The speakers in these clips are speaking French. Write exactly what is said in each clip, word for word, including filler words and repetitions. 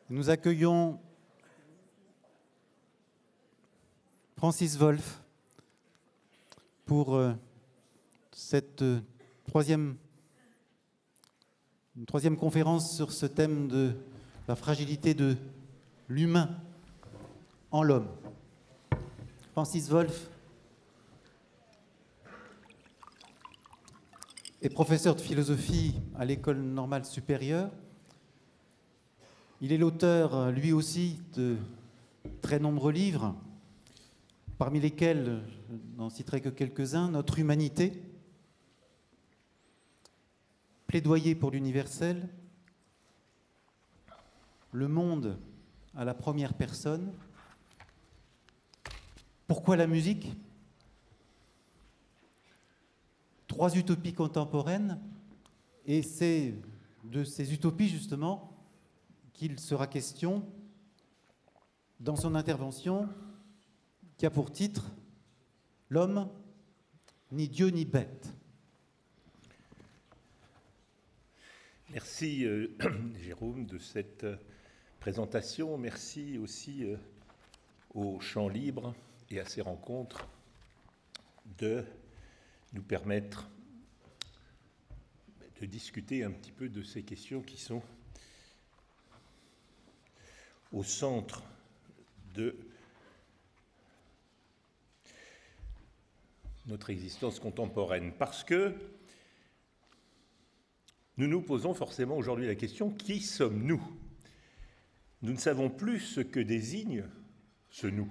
Nous accueillons Francis Wolff pour euh, cette euh, troisième, une troisième conférence sur ce thème de la fragilité de l'humain en l'homme. Francis Wolff est professeur de philosophie à l'École normale supérieure. Il est l'auteur, lui aussi, de très nombreux livres, parmi lesquels, je n'en citerai que quelques-uns, Notre humanité, Plaidoyer pour l'universel, Le monde à la première personne, Pourquoi la musique, Trois utopies contemporaines, et c'est de ces utopies, justement, qu'il sera question dans son intervention qui a pour titre « L'homme, ni Dieu ni bête ». Merci euh, Jérôme de cette présentation. Merci aussi euh, au Champ Libre et à ces rencontres de nous permettre de discuter un petit peu de ces questions qui sont au centre de notre existence contemporaine, parce que nous nous posons forcément aujourd'hui la question: qui sommes-nous ? Nous ne savons plus ce que désigne ce nous.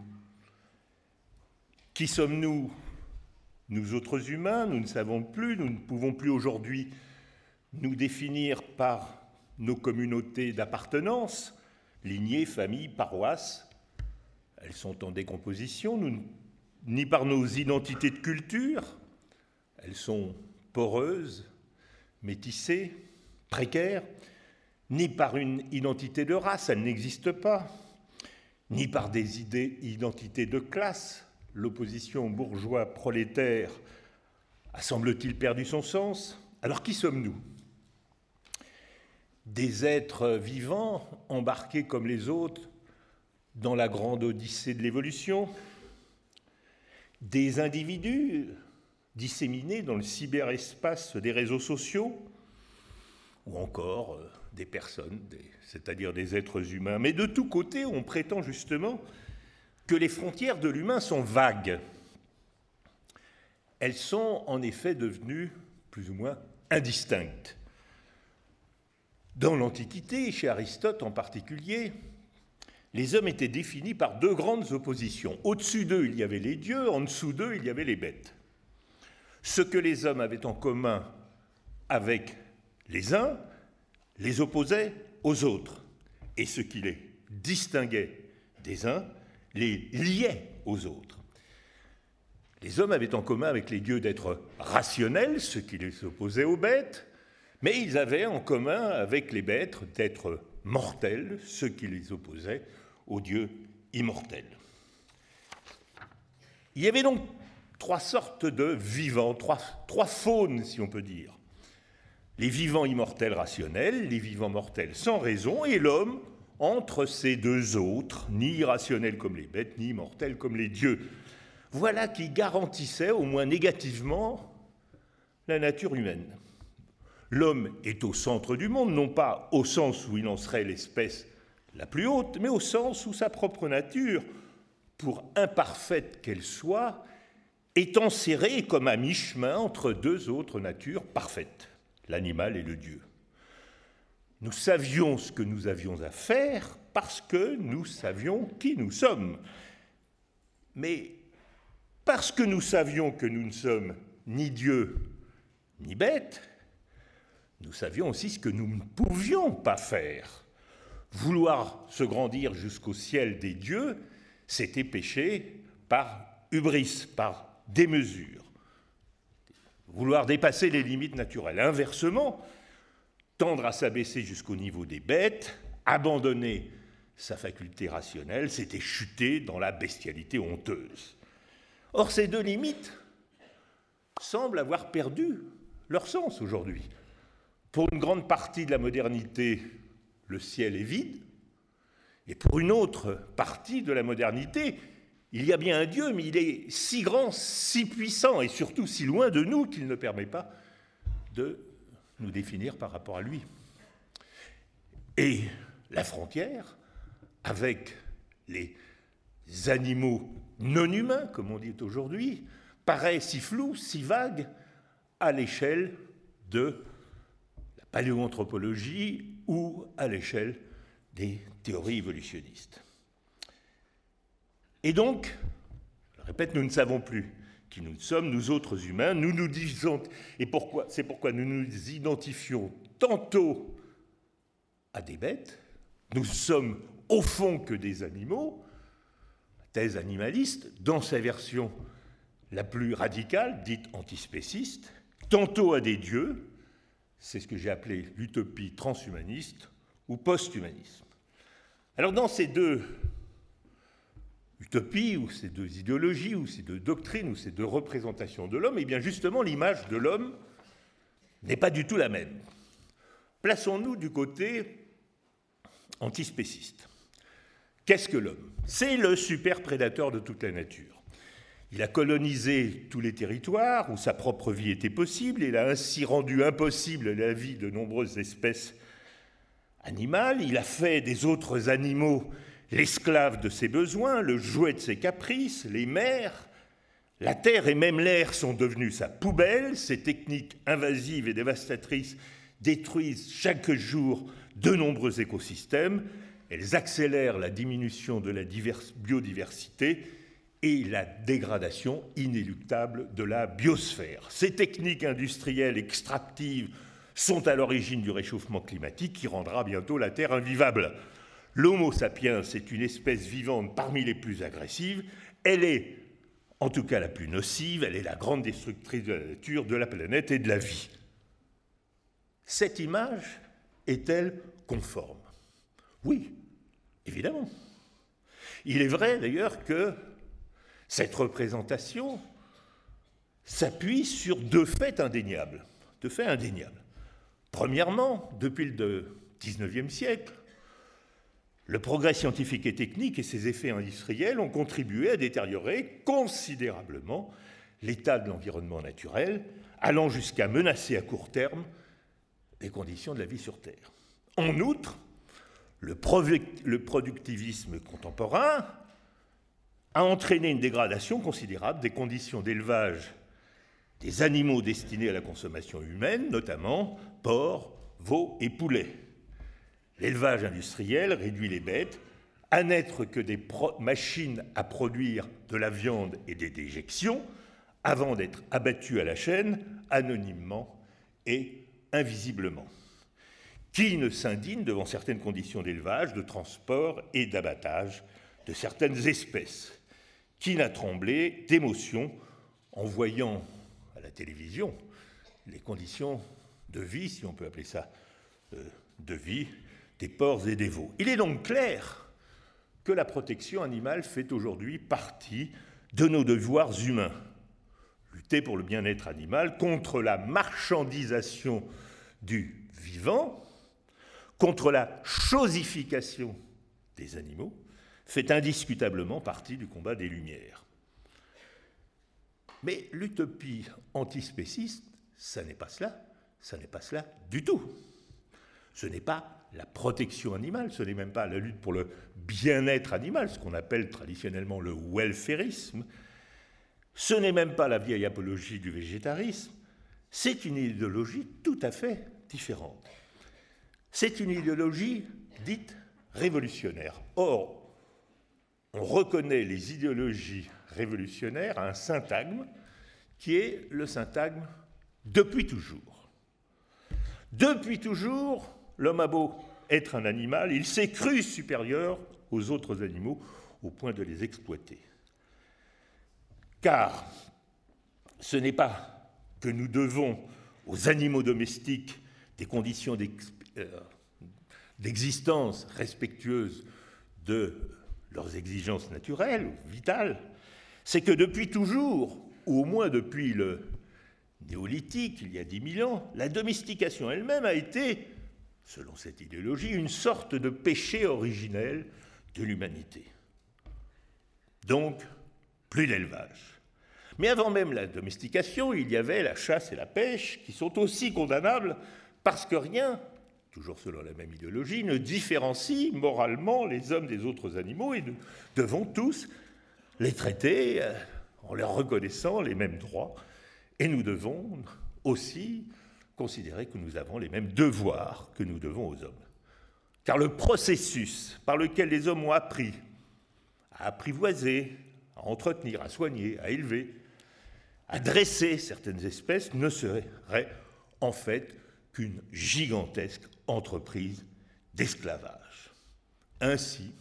Qui sommes-nous, nous autres humains ? Nous ne savons plus, nous ne pouvons plus aujourd'hui nous définir par nos communautés d'appartenance, lignées, familles, paroisses. Elles sont en décomposition, nous, ni par nos identités de culture, elles sont poreuses, métissées, précaires, ni par une identité de race, elle n'existe pas, ni par des idées, identités de classe. L'opposition bourgeois-prolétaire a, semble-t-il, perdu son sens. Alors qui sommes-nous ? Des êtres vivants, embarqués comme les autres dans la grande odyssée de l'évolution, des individus disséminés dans le cyberespace des réseaux sociaux, ou encore euh, des personnes, des, c'est-à-dire des êtres humains. Mais de tous côtés, on prétend justement que les frontières de l'humain sont vagues. Elles sont en effet devenues plus ou moins indistinctes. Dans l'Antiquité, chez Aristote en particulier, les hommes étaient définis par deux grandes oppositions. Au-dessus d'eux, il y avait les dieux, en dessous d'eux, il y avait les bêtes. Ce que les hommes avaient en commun avec les uns les opposait aux autres, et ce qui les distinguait des uns les liait aux autres. Les hommes avaient en commun avec les dieux d'être rationnels, ce qui les opposait aux bêtes, mais ils avaient en commun avec les bêtes d'être mortels, ce qui les opposait aux dieux immortels. Il y avait donc trois sortes de vivants, trois, trois faunes, si on peut dire. Les vivants immortels rationnels, les vivants mortels sans raison, et l'homme entre ces deux autres, ni irrationnels comme les bêtes, ni immortels comme les dieux. Voilà qui garantissait, au moins négativement, la nature humaine. L'homme est au centre du monde, non pas au sens où il en serait l'espèce la plus haute, mais au sens où sa propre nature, pour imparfaite qu'elle soit, est enserrée comme à mi-chemin entre deux autres natures parfaites, l'animal et le Dieu. Nous savions ce que nous avions à faire parce que nous savions qui nous sommes. Mais parce que nous savions que nous ne sommes ni Dieu ni bête, nous savions aussi ce que nous ne pouvions pas faire. Vouloir se grandir jusqu'au ciel des dieux, c'était pécher par hubris, par démesure. Vouloir dépasser les limites naturelles. Inversement, tendre à s'abaisser jusqu'au niveau des bêtes, abandonner sa faculté rationnelle, c'était chuter dans la bestialité honteuse. Or, ces deux limites semblent avoir perdu leur sens aujourd'hui. Pour une grande partie de la modernité, le ciel est vide, Et pour une autre partie de la modernité, il y a bien un Dieu, mais il est si grand, si puissant, et surtout si loin de nous qu'il ne permet pas de nous définir par rapport à lui. Et la frontière, avec les animaux non humains, comme on dit aujourd'hui, paraît si floue, si vague, à l'échelle de la paléoanthropologie ou à l'échelle des théories évolutionnistes. Et donc, je répète, nous ne savons plus qui nous sommes, nous autres humains, nous nous disons, et pourquoi, c'est pourquoi nous nous identifions tantôt à des bêtes, nous sommes au fond que des animaux, la thèse animaliste, dans sa version la plus radicale, dite antispéciste, tantôt à des dieux, c'est ce que j'ai appelé l'utopie transhumaniste ou post-humanisme. Alors dans ces deux utopies, ou ces deux idéologies, ou ces deux doctrines, ou ces deux représentations de l'homme, eh bien justement l'image de l'homme n'est pas du tout la même. Plaçons-nous du côté antispéciste. Qu'est-ce que l'homme? C'est le super prédateur de toute la nature. Il a colonisé tous les territoires où sa propre vie était possible, et il a ainsi rendu impossible la vie de nombreuses espèces animales. Il a fait des autres animaux l'esclave de ses besoins, le jouet de ses caprices. Les mers, la terre et même l'air sont devenus sa poubelle. Ces techniques invasives et dévastatrices détruisent chaque jour de nombreux écosystèmes. Elles accélèrent la diminution de la biodiversité et la dégradation inéluctable de la biosphère. Ces techniques industrielles extractives sont à l'origine du réchauffement climatique qui rendra bientôt la Terre invivable. L'Homo sapiens est une espèce vivante parmi les plus agressives. Elle est, en tout cas, la plus nocive. Elle est la grande destructrice de la nature, de la planète et de la vie. Cette image est-elle conforme? Oui, évidemment. Il est vrai, d'ailleurs, que cette représentation s'appuie sur deux faits indéniables. Deux faits indéniables. Premièrement, depuis le dix-neuvième siècle, le progrès scientifique et technique et ses effets industriels ont contribué à détériorer considérablement l'état de l'environnement naturel, allant jusqu'à menacer à court terme les conditions de la vie sur Terre. En outre, le, le productivisme contemporain a entraîné une dégradation considérable des conditions d'élevage des animaux destinés à la consommation humaine, notamment porcs, veaux et poulets. L'élevage industriel réduit les bêtes à n'être que des machines à produire de la viande et des déjections avant d'être abattues à la chaîne anonymement et invisiblement. Qui ne s'indigne devant certaines conditions d'élevage, de transport et d'abattage de certaines espèces? Qui n'a tremblé d'émotion en voyant à la télévision les conditions de vie, si on peut appeler ça euh, de vie, des porcs et des veaux? Il est donc clair que la protection animale fait aujourd'hui partie de nos devoirs humains. Lutter pour le bien-être animal, contre la marchandisation du vivant, contre la chosification des animaux, fait indiscutablement partie du combat des Lumières. Mais l'utopie antispéciste, ça n'est pas cela, ça n'est pas cela du tout. Ce n'est pas la protection animale, ce n'est même pas la lutte pour le bien-être animal, ce qu'on appelle traditionnellement le welfarisme, ce n'est même pas la vieille apologie du végétarisme, c'est une idéologie tout à fait différente. C'est une idéologie dite révolutionnaire. Or, on reconnaît les idéologies révolutionnaires à un syntagme qui est le syntagme « depuis toujours ». Depuis toujours, l'homme a beau être un animal, il s'est cru supérieur aux autres animaux au point de les exploiter. Car ce n'est pas que nous devons aux animaux domestiques des conditions d'existence respectueuses de leurs exigences naturelles ou vitales, c'est que depuis toujours, ou au moins depuis le néolithique, il y a dix mille ans, la domestication elle-même a été, selon cette idéologie, une sorte de péché originel de l'humanité. Donc, plus d'élevage. Mais avant même la domestication, il y avait la chasse et la pêche, qui sont aussi condamnables parce que rien, toujours selon la même idéologie, ne différencie moralement les hommes des autres animaux et nous devons tous les traiter en leur reconnaissant les mêmes droits. Et nous devons aussi considérer que nous avons les mêmes devoirs que nous devons aux hommes. Car le processus par lequel les hommes ont appris à apprivoiser, à entretenir, à soigner, à élever, à dresser certaines espèces ne serait en fait qu'une gigantesque entreprise d'esclavage. Ainsi,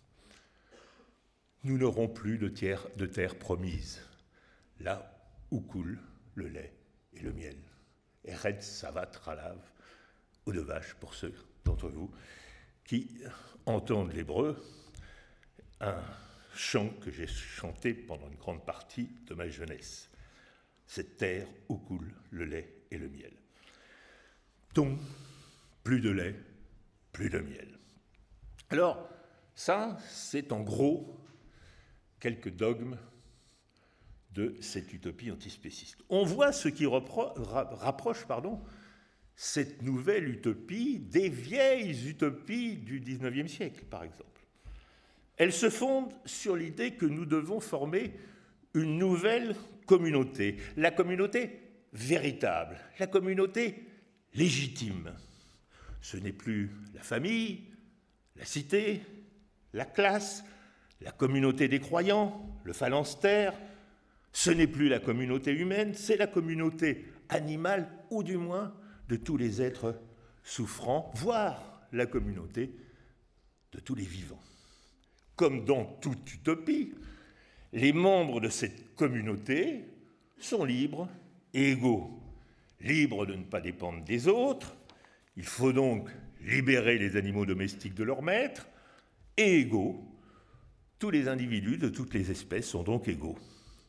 nous n'aurons plus de, tiers, de terre promise, là où coule le lait et le miel. Eretz Savat Halav, ou de vache pour ceux d'entre vous qui entendent l'hébreu, un chant que j'ai chanté pendant une grande partie de ma jeunesse. Cette terre où coule le lait et le miel. Donc, plus de lait, plus de miel. Alors, ça, c'est en gros quelques dogmes de cette utopie antispéciste. On voit ce qui repro- ra- rapproche pardon, cette nouvelle utopie des vieilles utopies du dix-neuvième siècle, par exemple. Elle se fonde sur l'idée que nous devons former une nouvelle communauté, la communauté véritable, la communauté légitime. Ce n'est plus la famille, la cité, la classe, la communauté des croyants, le phalanstère. Ce n'est plus la communauté humaine, c'est la communauté animale, ou du moins de tous les êtres souffrants, voire la communauté de tous les vivants. Comme dans toute utopie, les membres de cette communauté sont libres et égaux. Libres de ne pas dépendre des autres, il faut donc libérer les animaux domestiques de leurs maîtres, et égaux, tous les individus de toutes les espèces sont donc égaux.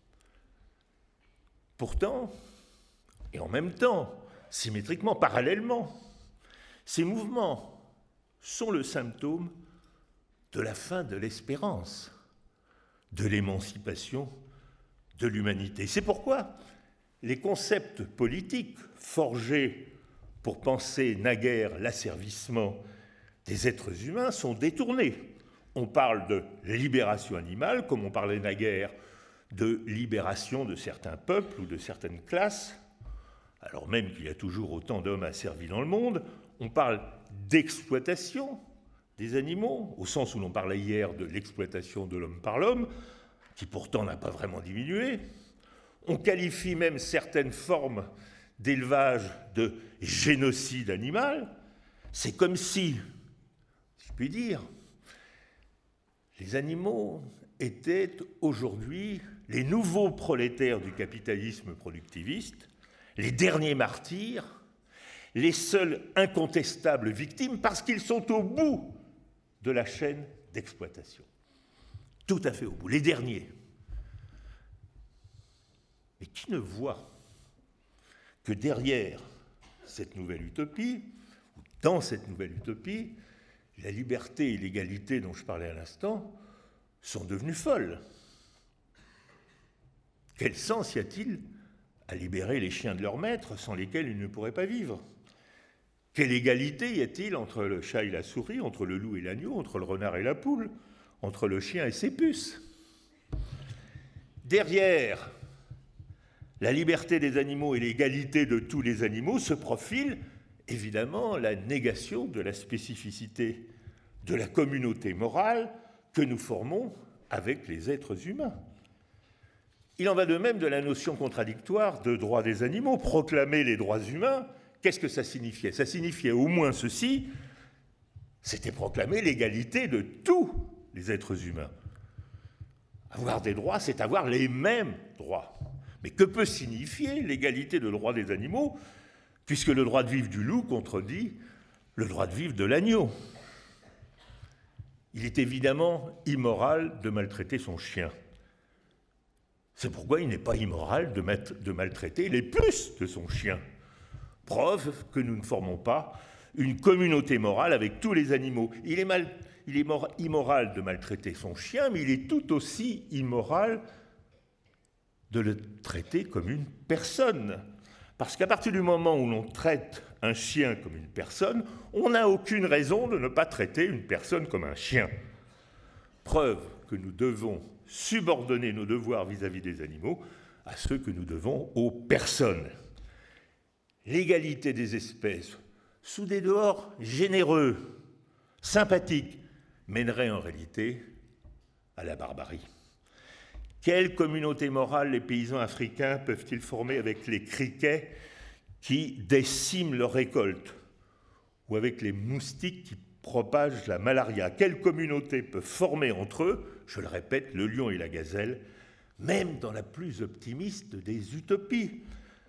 Pourtant, et en même temps, symétriquement, parallèlement, ces mouvements sont le symptôme de la fin de l'espérance, de l'émancipation de l'humanité. C'est pourquoi les concepts politiques forgés pour penser naguère l'asservissement des êtres humains sont détournés. On parle de libération animale, comme on parlait naguère de libération de certains peuples ou de certaines classes, alors même qu'il y a toujours autant d'hommes asservis dans le monde. On parle d'exploitation des animaux, au sens où l'on parlait hier de l'exploitation de l'homme par l'homme, qui pourtant n'a pas vraiment diminué. On qualifie même certaines formes d'élevage de génocide animal. C'est comme si, si je puis dire, les animaux étaient aujourd'hui les nouveaux prolétaires du capitalisme productiviste, les derniers martyrs, les seules incontestables victimes, parce qu'ils sont au bout de la chaîne d'exploitation. Tout à fait au bout, les derniers. Mais qui ne voit que derrière cette nouvelle utopie, ou dans cette nouvelle utopie, la liberté et l'égalité dont je parlais à l'instant sont devenues folles. Quel sens y a-t-il à libérer les chiens de leur maître sans lesquels ils ne pourraient pas vivre? Quelle égalité y a-t-il entre le chat et la souris, entre le loup et l'agneau, entre le renard et la poule, entre le chien et ses puces? Derrière la liberté des animaux et l'égalité de tous les animaux se profile évidemment la négation de la spécificité de la communauté morale que nous formons avec les êtres humains. Il en va de même de la notion contradictoire de droit des animaux. Proclamer les droits humains, qu'est-ce que ça signifiait? Ça signifiait au moins ceci, c'était proclamer l'égalité de tous les êtres humains. Avoir des droits, c'est avoir les mêmes droits. Mais que peut signifier l'égalité de droit des animaux, puisque le droit de vivre du loup contredit le droit de vivre de l'agneau? Il est évidemment immoral de maltraiter son chien. C'est pourquoi il n'est pas immoral de, mettre, de maltraiter les puces de son chien. Preuve que nous ne formons pas une communauté morale avec tous les animaux. Il est, mal, il est immoral de maltraiter son chien, mais il est tout aussi immoral de le traiter comme une personne. Parce qu'à partir du moment où l'on traite un chien comme une personne, on n'a aucune raison de ne pas traiter une personne comme un chien. Preuve que nous devons subordonner nos devoirs vis-à-vis des animaux à ceux que nous devons aux personnes. L'égalité des espèces, sous des dehors généreux, sympathiques, mènerait en réalité à la barbarie. Quelle communauté morale les paysans africains peuvent-ils former avec les criquets qui déciment leurs récoltes ou avec les moustiques qui propagent la malaria? Quelle communauté peut former entre eux, je le répète, le lion et la gazelle, même dans la plus optimiste des utopies?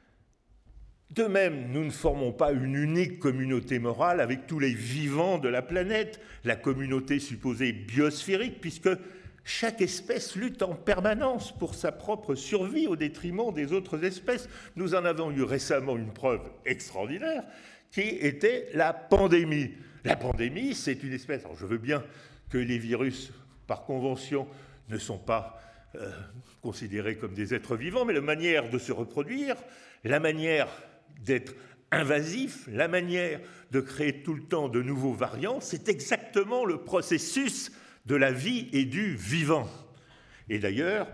De même, nous ne formons pas une unique communauté morale avec tous les vivants de la planète, la communauté supposée biosphérique, puisque chaque espèce lutte en permanence pour sa propre survie au détriment des autres espèces. Nous en avons eu récemment une preuve extraordinaire, qui était la pandémie. La pandémie, c'est une espèce... Alors je veux bien que les virus, par convention, ne sont pas euh, considérés comme des êtres vivants, mais la manière de se reproduire, la manière d'être invasif, la manière de créer tout le temps de nouveaux variants, c'est exactement le processus de la vie et du vivant. Et d'ailleurs,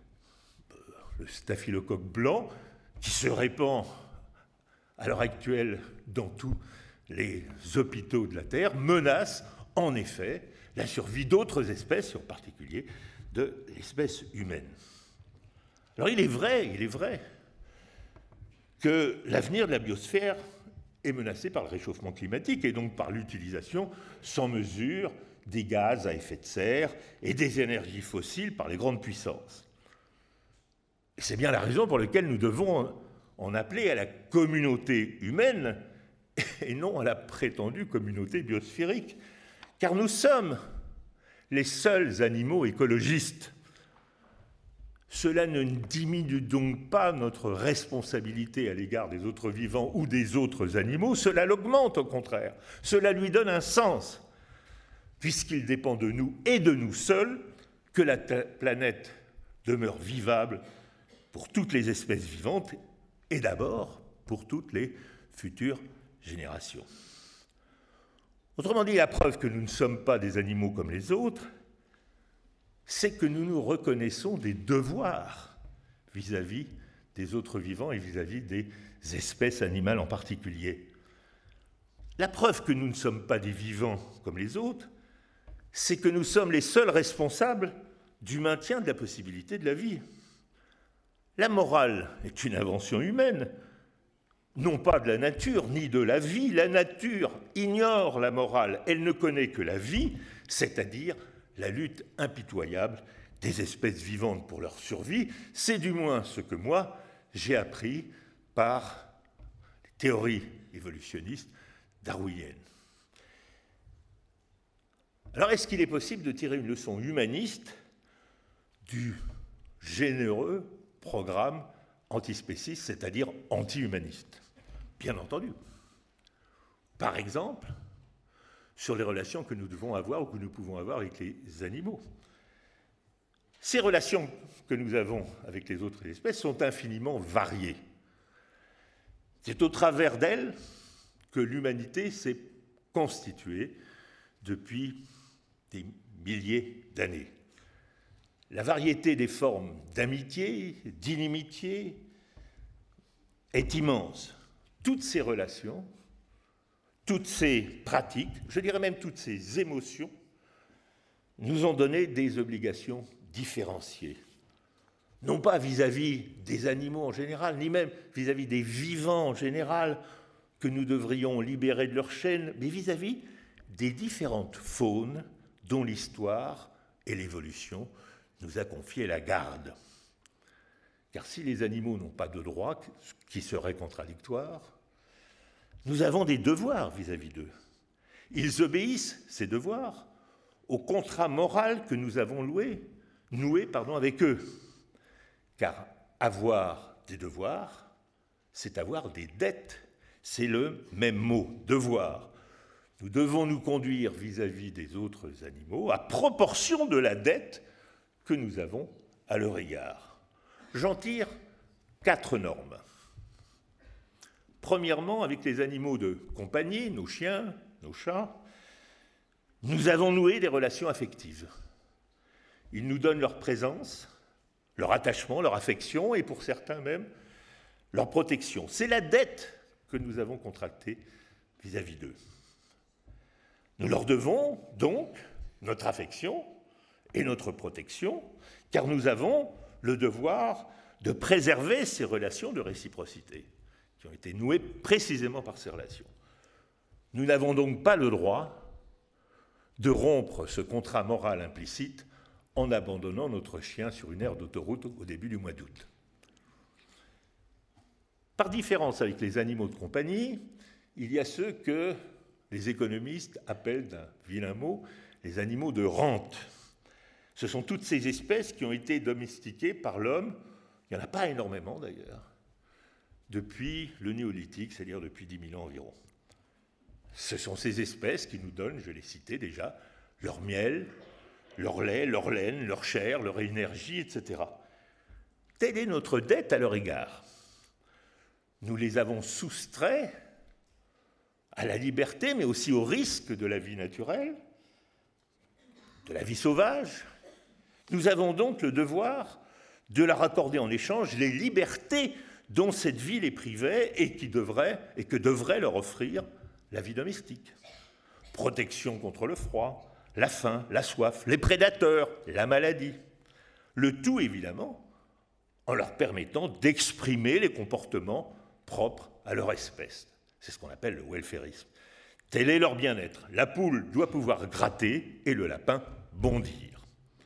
le staphylocoque blanc, qui se répand à l'heure actuelle dans tous les hôpitaux de la Terre, menace en effet la survie d'autres espèces, et en particulier de l'espèce humaine. Alors il est vrai, il est vrai que l'avenir de la biosphère est menacé par le réchauffement climatique et donc par l'utilisation sans mesure des gaz à effet de serre et des énergies fossiles par les grandes puissances. Et c'est bien la raison pour laquelle nous devons en appeler à la communauté humaine et non à la prétendue communauté biosphérique, car nous sommes les seuls animaux écologistes. Cela ne diminue donc pas notre responsabilité à l'égard des autres vivants ou des autres animaux, cela l'augmente au contraire, cela lui donne un sens, puisqu'il dépend de nous et de nous seuls que la planète demeure vivable pour toutes les espèces vivantes et d'abord pour toutes les futures générations. Autrement dit, la preuve que nous ne sommes pas des animaux comme les autres, c'est que nous nous reconnaissons des devoirs vis-à-vis des autres vivants et vis-à-vis des espèces animales en particulier. La preuve que nous ne sommes pas des vivants comme les autres, c'est que nous sommes les seuls responsables du maintien de la possibilité de la vie. La morale est une invention humaine, non pas de la nature ni de la vie. La nature ignore la morale, elle ne connaît que la vie, c'est-à-dire la lutte impitoyable des espèces vivantes pour leur survie. C'est du moins ce que moi, j'ai appris par les théories évolutionnistes darwiniennes. Alors, est-ce qu'il est possible de tirer une leçon humaniste du généreux programme antispéciste, c'est-à-dire anti-humaniste? Bien entendu. Par exemple, sur les relations que nous devons avoir ou que nous pouvons avoir avec les animaux. Ces relations que nous avons avec les autres espèces sont infiniment variées. C'est au travers d'elles que l'humanité s'est constituée depuis des milliers d'années. La variété des formes d'amitié, d'inimitié est immense. Toutes ces relations, toutes ces pratiques, je dirais même toutes ces émotions, nous ont donné des obligations différenciées. Non pas vis-à-vis des animaux en général, ni même vis-à-vis des vivants en général, que nous devrions libérer de leur chaîne, mais vis-à-vis des différentes faunes dont l'histoire et l'évolution nous a confié la garde. Car si les animaux n'ont pas de droits, ce qui serait contradictoire, nous avons des devoirs vis-à-vis d'eux. Ils obéissent, ces devoirs, au contrat moral que nous avons loué, noué pardon, avec eux. Car avoir des devoirs, c'est avoir des dettes. C'est le même mot, devoir. Nous devons nous conduire vis-à-vis des autres animaux à proportion de la dette que nous avons à leur égard. J'en tire quatre normes. Premièrement, avec les animaux de compagnie, nos chiens, nos chats, nous avons noué des relations affectives. Ils nous donnent leur présence, leur attachement, leur affection et pour certains même, leur protection. C'est la dette que nous avons contractée vis-à-vis d'eux. Nous leur devons donc notre affection et notre protection, car nous avons le devoir de préserver ces relations de réciprocité qui ont été nouées précisément par ces relations. Nous n'avons donc pas le droit de rompre ce contrat moral implicite en abandonnant notre chien sur une aire d'autoroute au début du mois d'août. Par différence avec les animaux de compagnie, il y a ceux que les économistes appellent d'un vilain mot les animaux de rente. Ce sont toutes ces espèces qui ont été domestiquées par l'homme, il n'y en a pas énormément d'ailleurs, depuis le néolithique, c'est-à-dire depuis dix mille ans environ. Ce sont ces espèces qui nous donnent, je l'ai cité déjà, leur miel, leur lait, leur laine, leur chair, leur énergie, et cetera. Telle est notre dette à leur égard. Nous les avons soustraits à la liberté, mais aussi au risque de la vie naturelle, de la vie sauvage. Nous avons donc le devoir de leur accorder en échange les libertés dont cette vie les privait et, qui devrait, et que devrait leur offrir la vie domestique. Protection contre le froid, la faim, la soif, les prédateurs, la maladie. Le tout, évidemment, en leur permettant d'exprimer les comportements propres à leur espèce. C'est ce qu'on appelle le welfarisme. Tel est leur bien-être. La poule doit pouvoir gratter et le lapin bondir.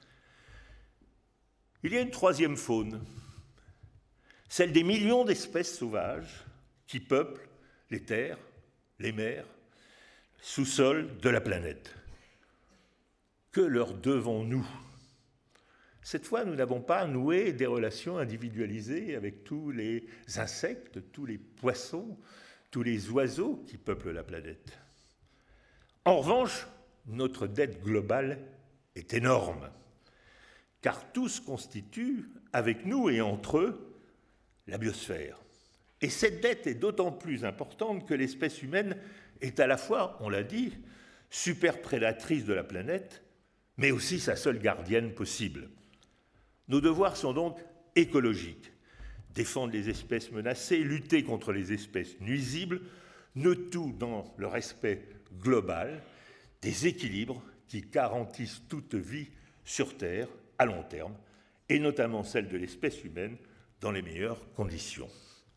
Il y a une troisième faune, celle des millions d'espèces sauvages qui peuplent les terres, les mers, sous-sol de la planète. Que leur devons-nous ? Cette fois, nous n'avons pas noué des relations individualisées avec tous les insectes, tous les poissons, tous les oiseaux qui peuplent la planète. En revanche, notre dette globale est énorme, car tous constituent, avec nous et entre eux, la biosphère. Et cette dette est d'autant plus importante que l'espèce humaine est à la fois, on l'a dit, super prédatrice de la planète, mais aussi sa seule gardienne possible. Nos devoirs sont donc écologiques. Défendre les espèces menacées, lutter contre les espèces nuisibles, le tout dans le respect global des équilibres qui garantissent toute vie sur Terre à long terme, et notamment celle de l'espèce humaine dans les meilleures conditions.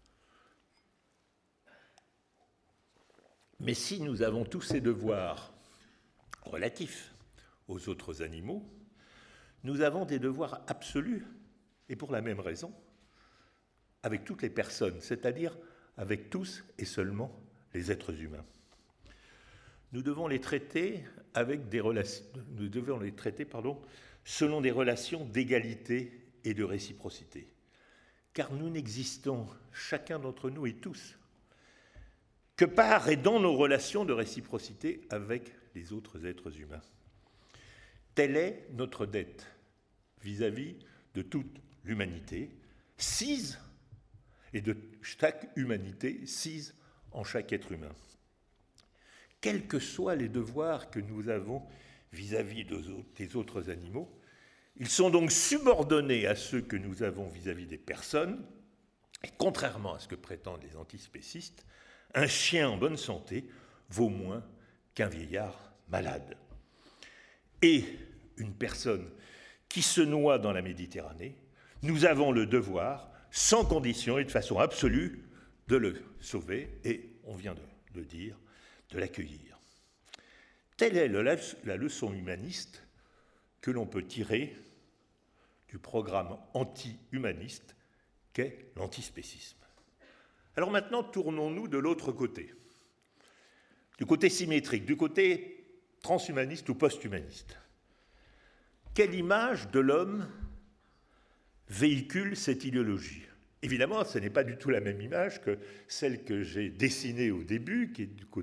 Mais si nous avons tous ces devoirs relatifs aux autres animaux, nous avons des devoirs absolus, et pour la même raison, avec toutes les personnes, c'est-à-dire avec tous et seulement les êtres humains. Nous devons les traiter avec des relations, nous devons les traiter, pardon, selon des relations d'égalité et de réciprocité. Car nous n'existons, chacun d'entre nous et tous, que par et dans nos relations de réciprocité avec les autres êtres humains. Telle est notre dette vis-à-vis de toute l'humanité, sise, et de chaque humanité, sise en chaque être humain. Quels que soient les devoirs que nous avons vis-à-vis des autres animaux, ils sont donc subordonnés à ceux que nous avons vis-à-vis des personnes, et contrairement à ce que prétendent les antispécistes, un chien en bonne santé vaut moins qu'un vieillard malade. Et une personne qui se noie dans la Méditerranée, nous avons le devoir, sans condition et de façon absolue, de le sauver, et on vient de le dire, de l'accueillir. Telle est le, la leçon humaniste que l'on peut tirer du programme anti-humaniste qu'est l'antispécisme. Alors maintenant, tournons-nous de l'autre côté, du côté symétrique, du côté transhumaniste ou post-humaniste. Quelle image de l'homme véhicule cette idéologie ? Évidemment, ce n'est pas du tout la même image que celle que j'ai dessinée au début, qui est du côté,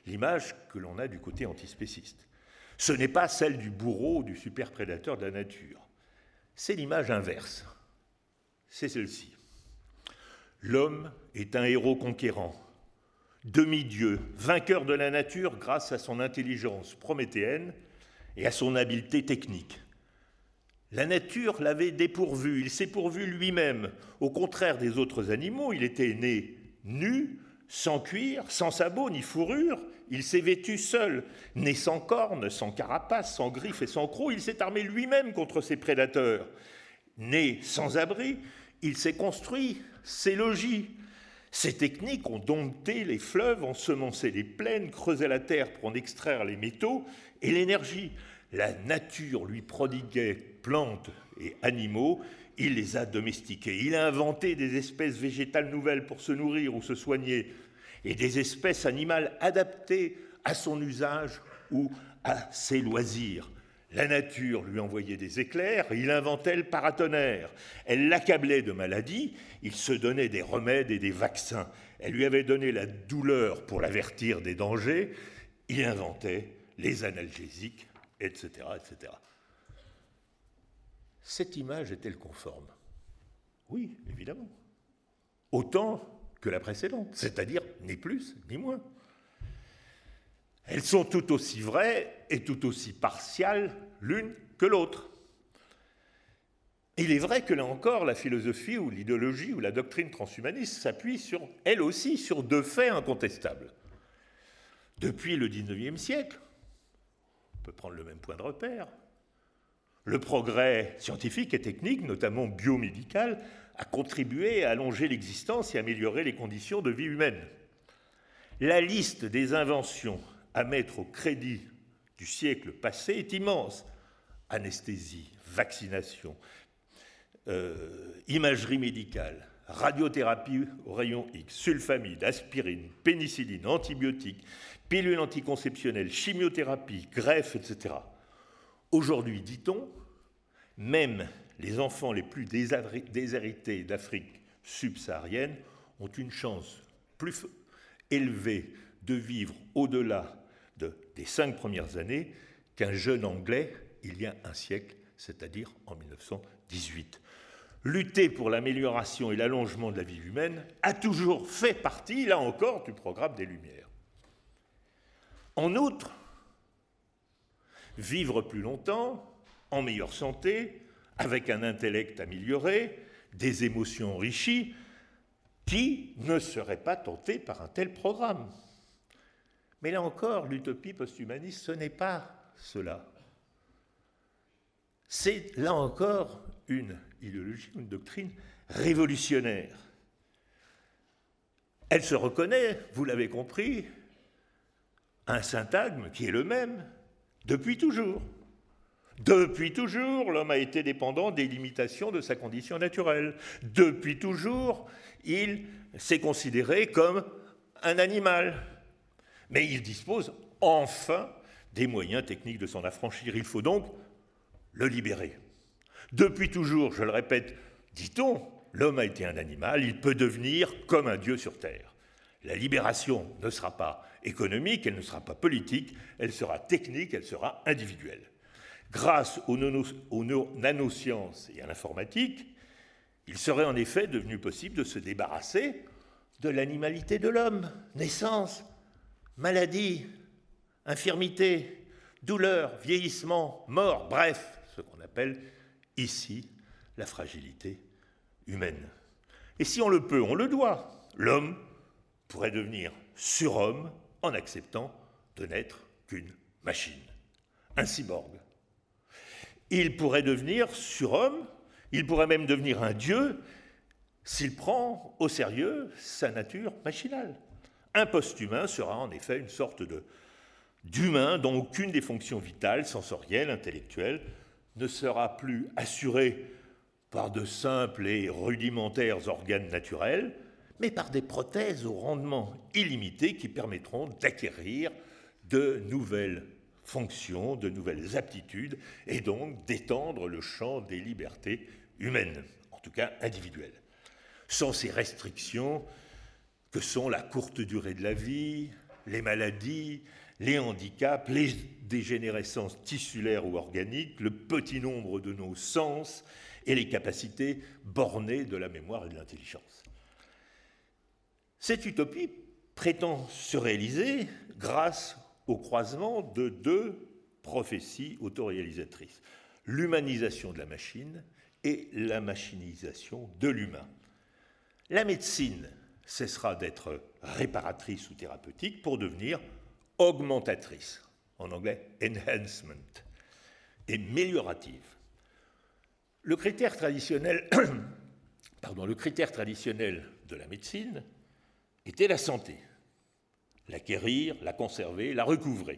l'image que l'on a du côté antispéciste. Ce n'est pas celle du bourreau, du superprédateur de la nature. C'est l'image inverse. C'est celle-ci. L'homme est un héros conquérant, demi-dieu, vainqueur de la nature grâce à son intelligence prométhéenne et à son habileté technique. La nature l'avait dépourvu, il s'est pourvu lui-même. Au contraire des autres animaux, il était né nu, sans cuir, sans sabots ni fourrure, il s'est vêtu seul, né sans cornes, sans carapace, sans griffes et sans crocs, il s'est armé lui-même contre ses prédateurs. Né sans abri, il s'est construit ses logis. Ces techniques ont dompté les fleuves, ensemencé les plaines, creusé la terre pour en extraire les métaux et l'énergie. La nature lui prodiguait plantes et animaux, il les a domestiqués. Il a inventé des espèces végétales nouvelles pour se nourrir ou se soigner, et des espèces animales adaptées à son usage ou à ses loisirs. La nature lui envoyait des éclairs, il inventait le paratonnerre. Elle l'accablait de maladies, il se donnait des remèdes et des vaccins. Elle lui avait donné la douleur pour l'avertir des dangers, il inventait les analgésiques, et cetera, et cetera. Cette image est-elle conforme? Oui, évidemment. Autant que la précédente, c'est-à-dire ni plus ni moins. Elles sont tout aussi vraies et tout aussi partiales l'une que l'autre. Il est vrai que là encore, la philosophie ou l'idéologie ou la doctrine transhumaniste s'appuie sur, elle aussi, sur deux faits incontestables. Depuis le dix-neuvième siècle, on peut prendre le même point de repère, le progrès scientifique et technique, notamment biomédical, a contribué à allonger l'existence et améliorer les conditions de vie humaine. La liste des inventions à mettre au crédit du siècle passé est immense. Anesthésie, vaccination, euh, imagerie médicale, radiothérapie au rayon X, sulfamide, aspirine, pénicilline, antibiotiques, pilules anticonceptionnelles, chimiothérapie, greffe, et cetera. Aujourd'hui, dit-on, même les enfants les plus déshérités d'Afrique subsaharienne ont une chance plus élevée de vivre au-delà de, des cinq premières années qu'un jeune Anglais il y a un siècle, c'est-à-dire en mille neuf cent dix-huit. Lutter pour l'amélioration et l'allongement de la vie humaine a toujours fait partie, là encore, du programme des Lumières. En outre, vivre plus longtemps, en meilleure santé, avec un intellect amélioré, des émotions enrichies, qui ne serait pas tenté par un tel programme? Mais là encore, l'utopie post-humaniste, ce n'est pas cela. C'est là encore une idéologie, une doctrine révolutionnaire. Elle se reconnaît, vous l'avez compris, un syntagme qui est le même depuis toujours. Depuis toujours, l'homme a été dépendant des limitations de sa condition naturelle. Depuis toujours, il s'est considéré comme un animal. Mais il dispose enfin des moyens techniques de s'en affranchir. Il faut donc le libérer. Depuis toujours, je le répète, dit-on, l'homme a été un animal, il peut devenir comme un dieu sur terre. La libération ne sera pas économique, elle ne sera pas politique, elle sera technique, elle sera individuelle. Grâce aux, nono- aux nanosciences et à l'informatique, il serait en effet devenu possible de se débarrasser de l'animalité de l'homme. Naissance, maladie, infirmité, douleur, vieillissement, mort, bref, ce qu'on appelle ici la fragilité humaine. Et si on le peut, on le doit. L'homme pourrait devenir surhomme en acceptant de n'être qu'une machine, un cyborg. Il pourrait devenir surhomme, il pourrait même devenir un dieu s'il prend au sérieux sa nature machinale. Un post-humain sera en effet une sorte de, d'humain dont aucune des fonctions vitales, sensorielles, intellectuelles ne sera plus assurée par de simples et rudimentaires organes naturels, mais par des prothèses au rendement illimité qui permettront d'acquérir de nouvelles fonctions, de nouvelles aptitudes, et donc d'étendre le champ des libertés humaines, en tout cas individuelles. Sans ces restrictions que sont la courte durée de la vie, les maladies, les handicaps, les dégénérescences tissulaires ou organiques, le petit nombre de nos sens et les capacités bornées de la mémoire et de l'intelligence. Cette utopie prétend se réaliser grâce au croisement de deux prophéties autoréalisatrices, l'humanisation de la machine et la machinisation de l'humain. La médecine cessera d'être réparatrice ou thérapeutique pour devenir augmentatrice, en anglais enhancement, et méliorative. Le critère traditionnel, pardon, le critère traditionnel de la médecine était la santé, l'acquérir, la conserver, la recouvrer.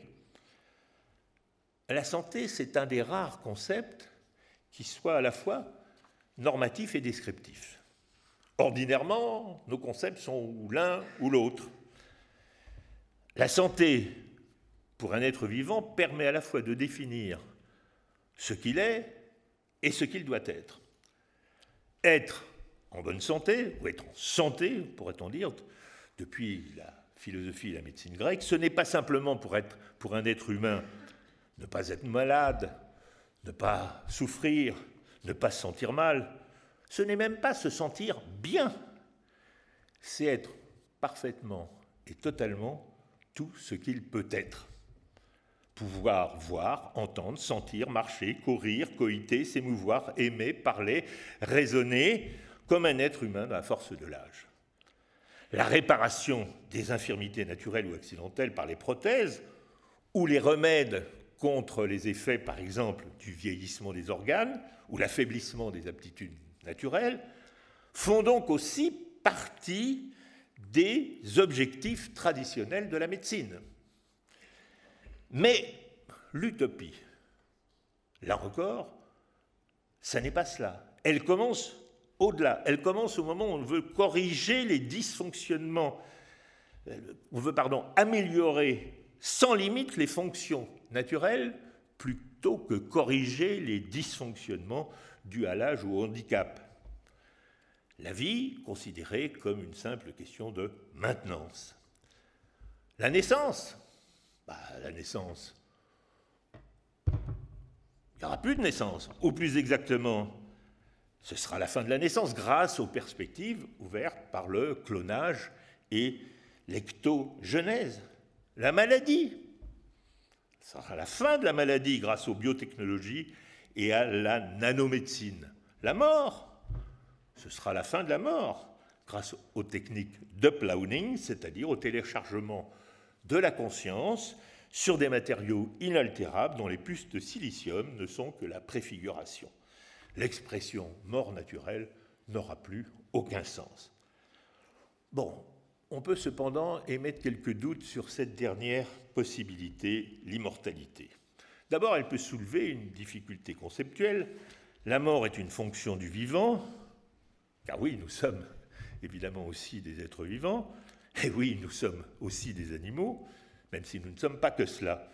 La santé, c'est un des rares concepts qui soit à la fois normatif et descriptif. Ordinairement, nos concepts sont ou l'un ou l'autre. La santé, pour un être vivant, permet à la fois de définir ce qu'il est et ce qu'il doit être. Être en bonne santé, ou être en santé, pourrait-on dire, depuis la philosophie et la médecine grecque, ce n'est pas simplement pour, être, pour un être humain ne pas être malade, ne pas souffrir, ne pas se sentir mal. Ce n'est même pas se sentir bien. C'est être parfaitement et totalement tout ce qu'il peut être. Pouvoir voir, entendre, sentir, marcher, courir, coïter, s'émouvoir, aimer, parler, raisonner, comme un être humain à force de l'âge. La réparation des infirmités naturelles ou accidentelles par les prothèses, ou les remèdes contre les effets, par exemple, du vieillissement des organes, ou l'affaiblissement des aptitudes naturelles, font donc aussi partie des objectifs traditionnels de la médecine. Mais l'utopie, là encore, ça n'est pas cela. Elle commence au-delà. Elle commence au moment où on veut corriger les dysfonctionnements, on veut, pardon, améliorer sans limite les fonctions naturelles plutôt que corriger les dysfonctionnements dus à l'âge ou au handicap. La vie considérée comme une simple question de maintenance. La naissance, bah, la naissance, il n'y aura plus de naissance, ou plus exactement, ce sera la fin de la naissance grâce aux perspectives ouvertes par le clonage et l'ectogenèse. La maladie, ce sera la fin de la maladie grâce aux biotechnologies et à la nanomédecine. La mort, ce sera la fin de la mort grâce aux techniques d'uploading, c'est-à-dire au téléchargement de la conscience sur des matériaux inaltérables dont les puces de silicium ne sont que la préfiguration. L'expression mort naturelle n'aura plus aucun sens. Bon, on peut cependant émettre quelques doutes sur cette dernière possibilité, l'immortalité. D'abord, elle peut soulever une difficulté conceptuelle. La mort est une fonction du vivant, car oui, nous sommes évidemment aussi des êtres vivants, et oui, nous sommes aussi des animaux, même si nous ne sommes pas que cela.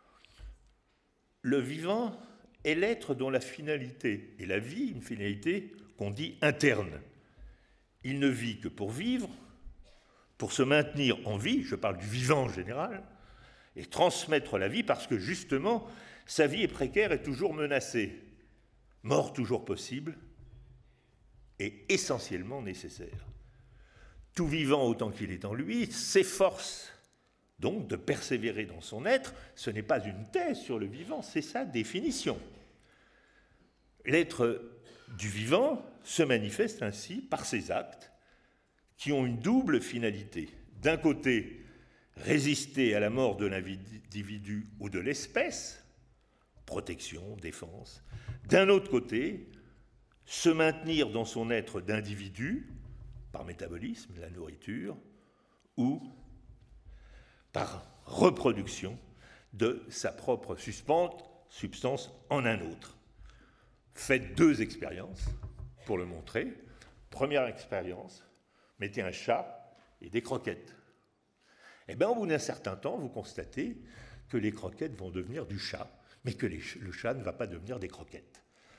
Le vivant est l'être dont la finalité est la vie, une finalité qu'on dit interne. Il ne vit que pour vivre, pour se maintenir en vie, je parle du vivant en général, et transmettre la vie parce que justement, sa vie est précaire et toujours menacée, mort toujours possible et essentiellement nécessaire. Tout vivant autant qu'il est en lui s'efforce donc de persévérer dans son être. Ce n'est pas une thèse sur le vivant, c'est sa définition. L'être du vivant se manifeste ainsi par ses actes qui ont une double finalité. D'un côté, résister à la mort de l'individu ou de l'espèce, protection, défense. D'un autre côté, se maintenir dans son être d'individu, par métabolisme, la nourriture, ou par reproduction de sa propre substance en un autre. Faites deux expériences pour le montrer. Première expérience, mettez un chat et des croquettes. Eh bien, au bout d'un certain temps, vous constatez que les croquettes vont devenir du chat, mais que les, le chat ne va pas devenir des croquettes.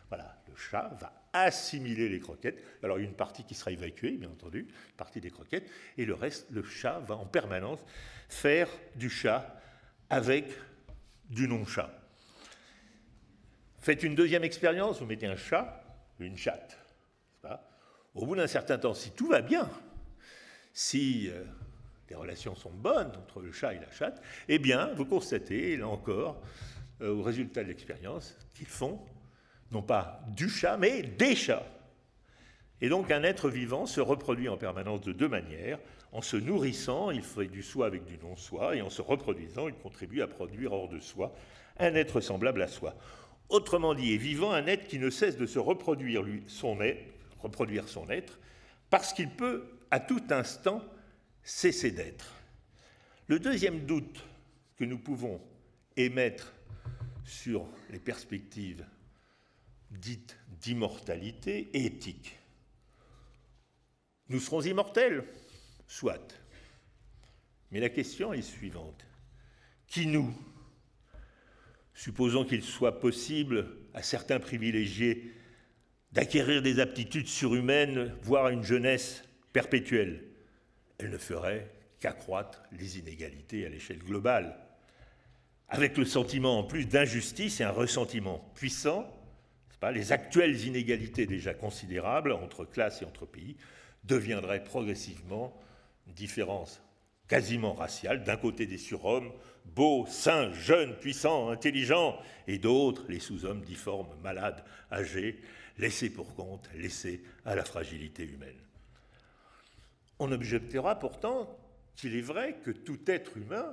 Voilà, le chat va assimiler les croquettes. Alors, il y a une partie qui sera évacuée, bien entendu, une partie des croquettes, et le reste, le chat va en permanence faire du chat avec du non-chat. Faites une deuxième expérience, vous mettez un chat, une chatte. Au bout d'un certain temps, si tout va bien, si euh, les relations sont bonnes entre le chat et la chatte, eh bien, vous constatez, là encore, euh, au résultat de l'expérience, qu'ils font non pas du chat, mais des chats. Et donc, un être vivant se reproduit en permanence de deux manières. En se nourrissant, il fait du soi avec du non-soi, et en se reproduisant, il contribue à produire hors de soi un être semblable à soi. Autrement dit, est vivant un être qui ne cesse de se reproduire lui, son être, reproduire son être, parce qu'il peut, à tout instant, cesser d'être. Le deuxième doute que nous pouvons émettre sur les perspectives dites d'immortalité est éthique. Nous serons immortels, soit. Mais la question est suivante. Qui nous ? Supposons qu'il soit possible à certains privilégiés d'acquérir des aptitudes surhumaines, voire une jeunesse perpétuelle. Elle ne ferait qu'accroître les inégalités à l'échelle globale, avec le sentiment en plus d'injustice et un ressentiment puissant, c'est pas, les actuelles inégalités déjà considérables entre classes et entre pays deviendraient progressivement une différence quasiment raciale, d'un côté des surhommes, beaux, sains, jeunes, puissants, intelligents, et d'autres, les sous-hommes difformes, malades, âgés, laissés pour compte, laissés à la fragilité humaine. On objectera pourtant qu'il est vrai que tout être humain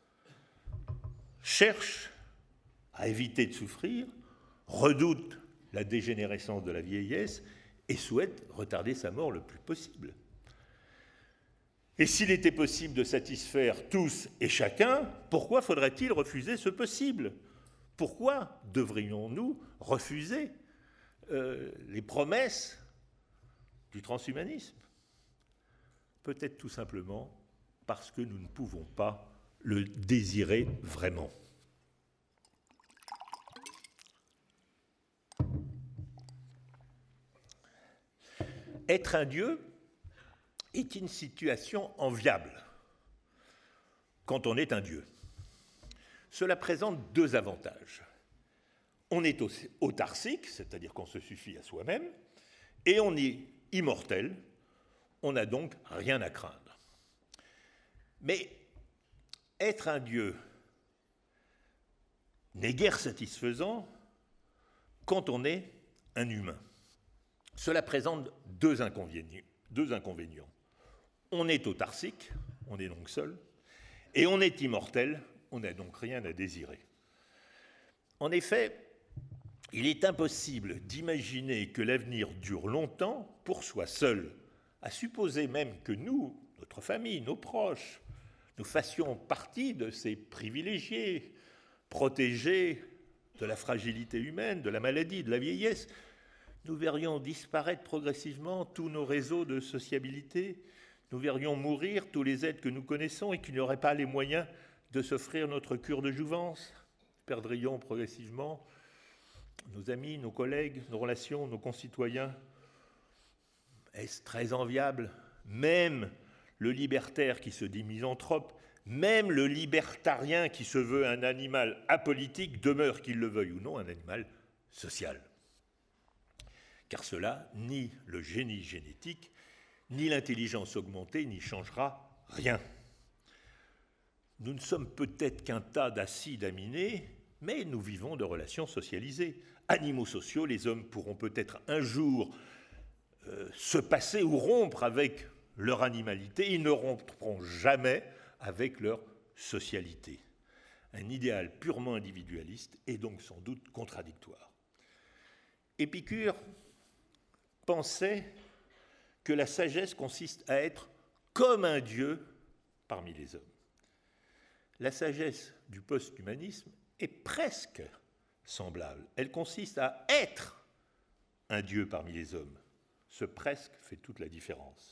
cherche à éviter de souffrir, redoute la dégénérescence de la vieillesse et souhaite retarder sa mort le plus possible. Et s'il était possible de satisfaire tous et chacun, pourquoi faudrait-il refuser ce possible ? Pourquoi devrions-nous refuser euh, les promesses du transhumanisme ? Peut-être tout simplement parce que nous ne pouvons pas le désirer vraiment. Être un dieu est une situation enviable quand on est un dieu. Cela présente deux avantages. On est autarcique, c'est-à-dire qu'on se suffit à soi-même, et on est immortel, on n'a donc rien à craindre. Mais être un dieu n'est guère satisfaisant quand on est un humain. Cela présente deux inconvénients. Deux inconvénients. On est autarcique, on est donc seul, et on est immortel, on n'a donc rien à désirer. En effet, il est impossible d'imaginer que l'avenir dure longtemps pour soi seul, à supposer même que nous, notre famille, nos proches, nous fassions partie de ces privilégiés, protégés de la fragilité humaine, de la maladie, de la vieillesse. Nous verrions disparaître progressivement tous nos réseaux de sociabilité, nous verrions mourir tous les êtres que nous connaissons et qui n'auraient pas les moyens de s'offrir notre cure de jouvence. Nous perdrions progressivement nos amis, nos collègues, nos relations, nos concitoyens. Est-ce très enviable ? Même le libertaire qui se dit misanthrope, même le libertarien qui se veut un animal apolitique demeure, qu'il le veuille ou non, un animal social. Car cela, ni le génie génétique, ni l'intelligence augmentée n'y changera rien. Nous ne sommes peut-être qu'un tas d'acides aminés, mais nous vivons de relations socialisées. Animaux sociaux, les hommes pourront peut-être un jour euh, se passer ou rompre avec leur animalité, ils ne rompront jamais avec leur socialité. Un idéal purement individualiste est donc sans doute contradictoire. Épicure pensait que la sagesse consiste à être comme un dieu parmi les hommes. La sagesse du post-humanisme est presque semblable. Elle consiste à être un dieu parmi les hommes. Ce presque fait toute la différence.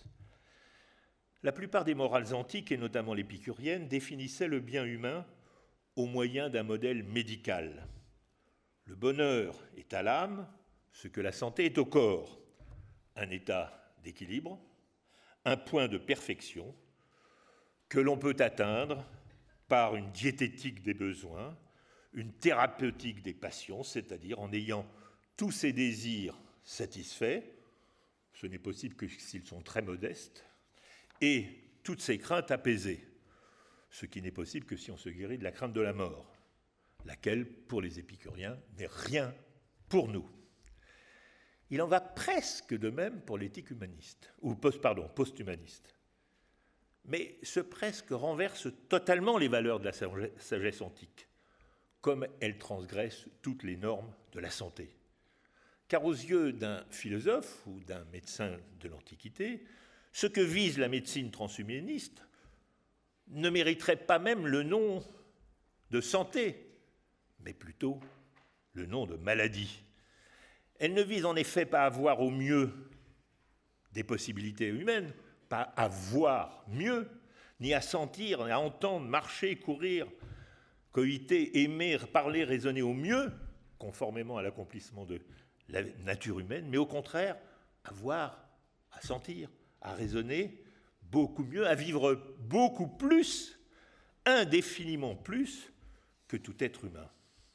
La plupart des morales antiques, et notamment l'épicurienne, définissaient le bien humain au moyen d'un modèle médical. Le bonheur est à l'âme, ce que la santé est au corps, un état d'équilibre, un point de perfection que l'on peut atteindre par une diététique des besoins, une thérapeutique des passions, c'est-à-dire en ayant tous ces désirs satisfaits, ce n'est possible que s'ils sont très modestes, et toutes ces craintes apaisées, ce qui n'est possible que si on se guérit de la crainte de la mort, laquelle, pour les épicuriens, n'est rien pour nous. Il en va presque de même pour l'éthique humaniste, ou post, pardon, post-humaniste. Mais ce presque renverse totalement les valeurs de la sagesse antique, comme elle transgresse toutes les normes de la santé. Car aux yeux d'un philosophe ou d'un médecin de l'Antiquité, ce que vise la médecine transhumaniste ne mériterait pas même le nom de santé, mais plutôt le nom de maladie. Elle ne vise en effet pas à voir au mieux des possibilités humaines, pas à voir mieux, ni à sentir, ni à entendre, marcher, courir, coïter, aimer, parler, raisonner au mieux, conformément à l'accomplissement de la nature humaine, mais au contraire, à voir, à sentir, à raisonner beaucoup mieux, à vivre beaucoup plus, indéfiniment plus que tout être humain.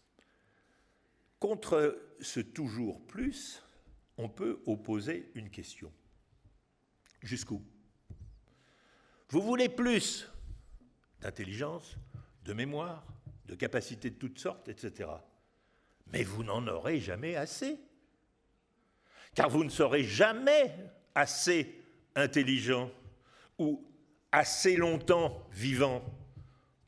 Contre ce toujours plus, on peut opposer une question. Jusqu'où ? Vous voulez plus d'intelligence, de mémoire, de capacités de toutes sortes, et cetera. Mais vous n'en aurez jamais assez. Car vous ne serez jamais assez intelligent ou assez longtemps vivant. Pourquoi ?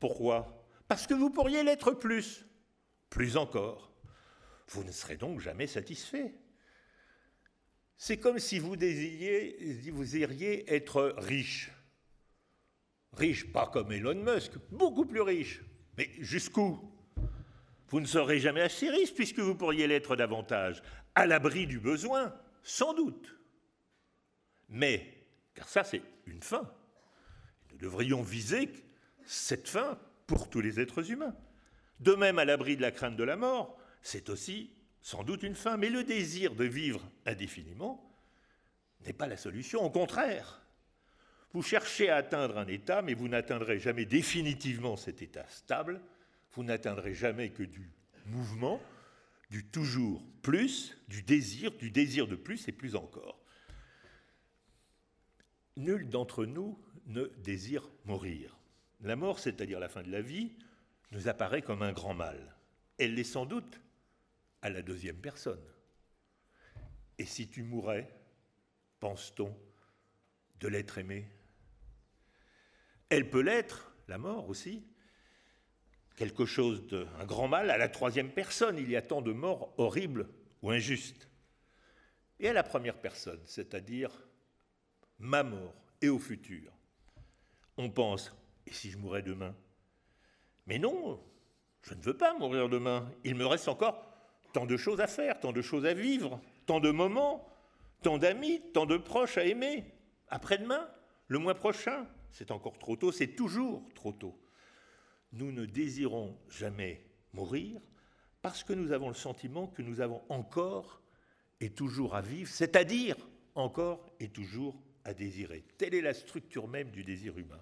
Parce que vous pourriez l'être plus, plus encore. Vous ne serez donc jamais satisfait. C'est comme si vous désiriez, vous désiriez être riche. Riche, pas comme Elon Musk, beaucoup plus riche. Mais jusqu'où ? Vous ne serez jamais assez riche puisque vous pourriez l'être davantage, à l'abri du besoin, sans doute. Mais, car ça c'est une fin, nous devrions viser cette fin pour tous les êtres humains. De même, à l'abri de la crainte de la mort, c'est aussi sans doute une fin, mais le désir de vivre indéfiniment n'est pas la solution, au contraire. Vous cherchez à atteindre un état, mais vous n'atteindrez jamais définitivement cet état stable, vous n'atteindrez jamais que du mouvement, du toujours plus, du désir, du désir de plus et plus encore. Nul d'entre nous ne désire mourir. La mort, c'est-à-dire la fin de la vie, nous apparaît comme un grand mal. Elle l'est sans doute à la deuxième personne. Et si tu mourais, pense-t-on, de l'être aimé ? Elle peut l'être, la mort aussi, quelque chose de, un grand mal à la troisième personne. Il y a tant de morts horribles ou injustes. Et à la première personne, c'est-à-dire ma mort et au futur, on pense, et si je mourais demain ? Mais non, je ne veux pas mourir demain. Il me reste encore tant de choses à faire, tant de choses à vivre, tant de moments, tant d'amis, tant de proches à aimer. Après-demain, le mois prochain, c'est encore trop tôt, c'est toujours trop tôt. Nous ne désirons jamais mourir parce que nous avons le sentiment que nous avons encore et toujours à vivre, c'est-à-dire encore et toujours à désirer. Telle est la structure même du désir humain.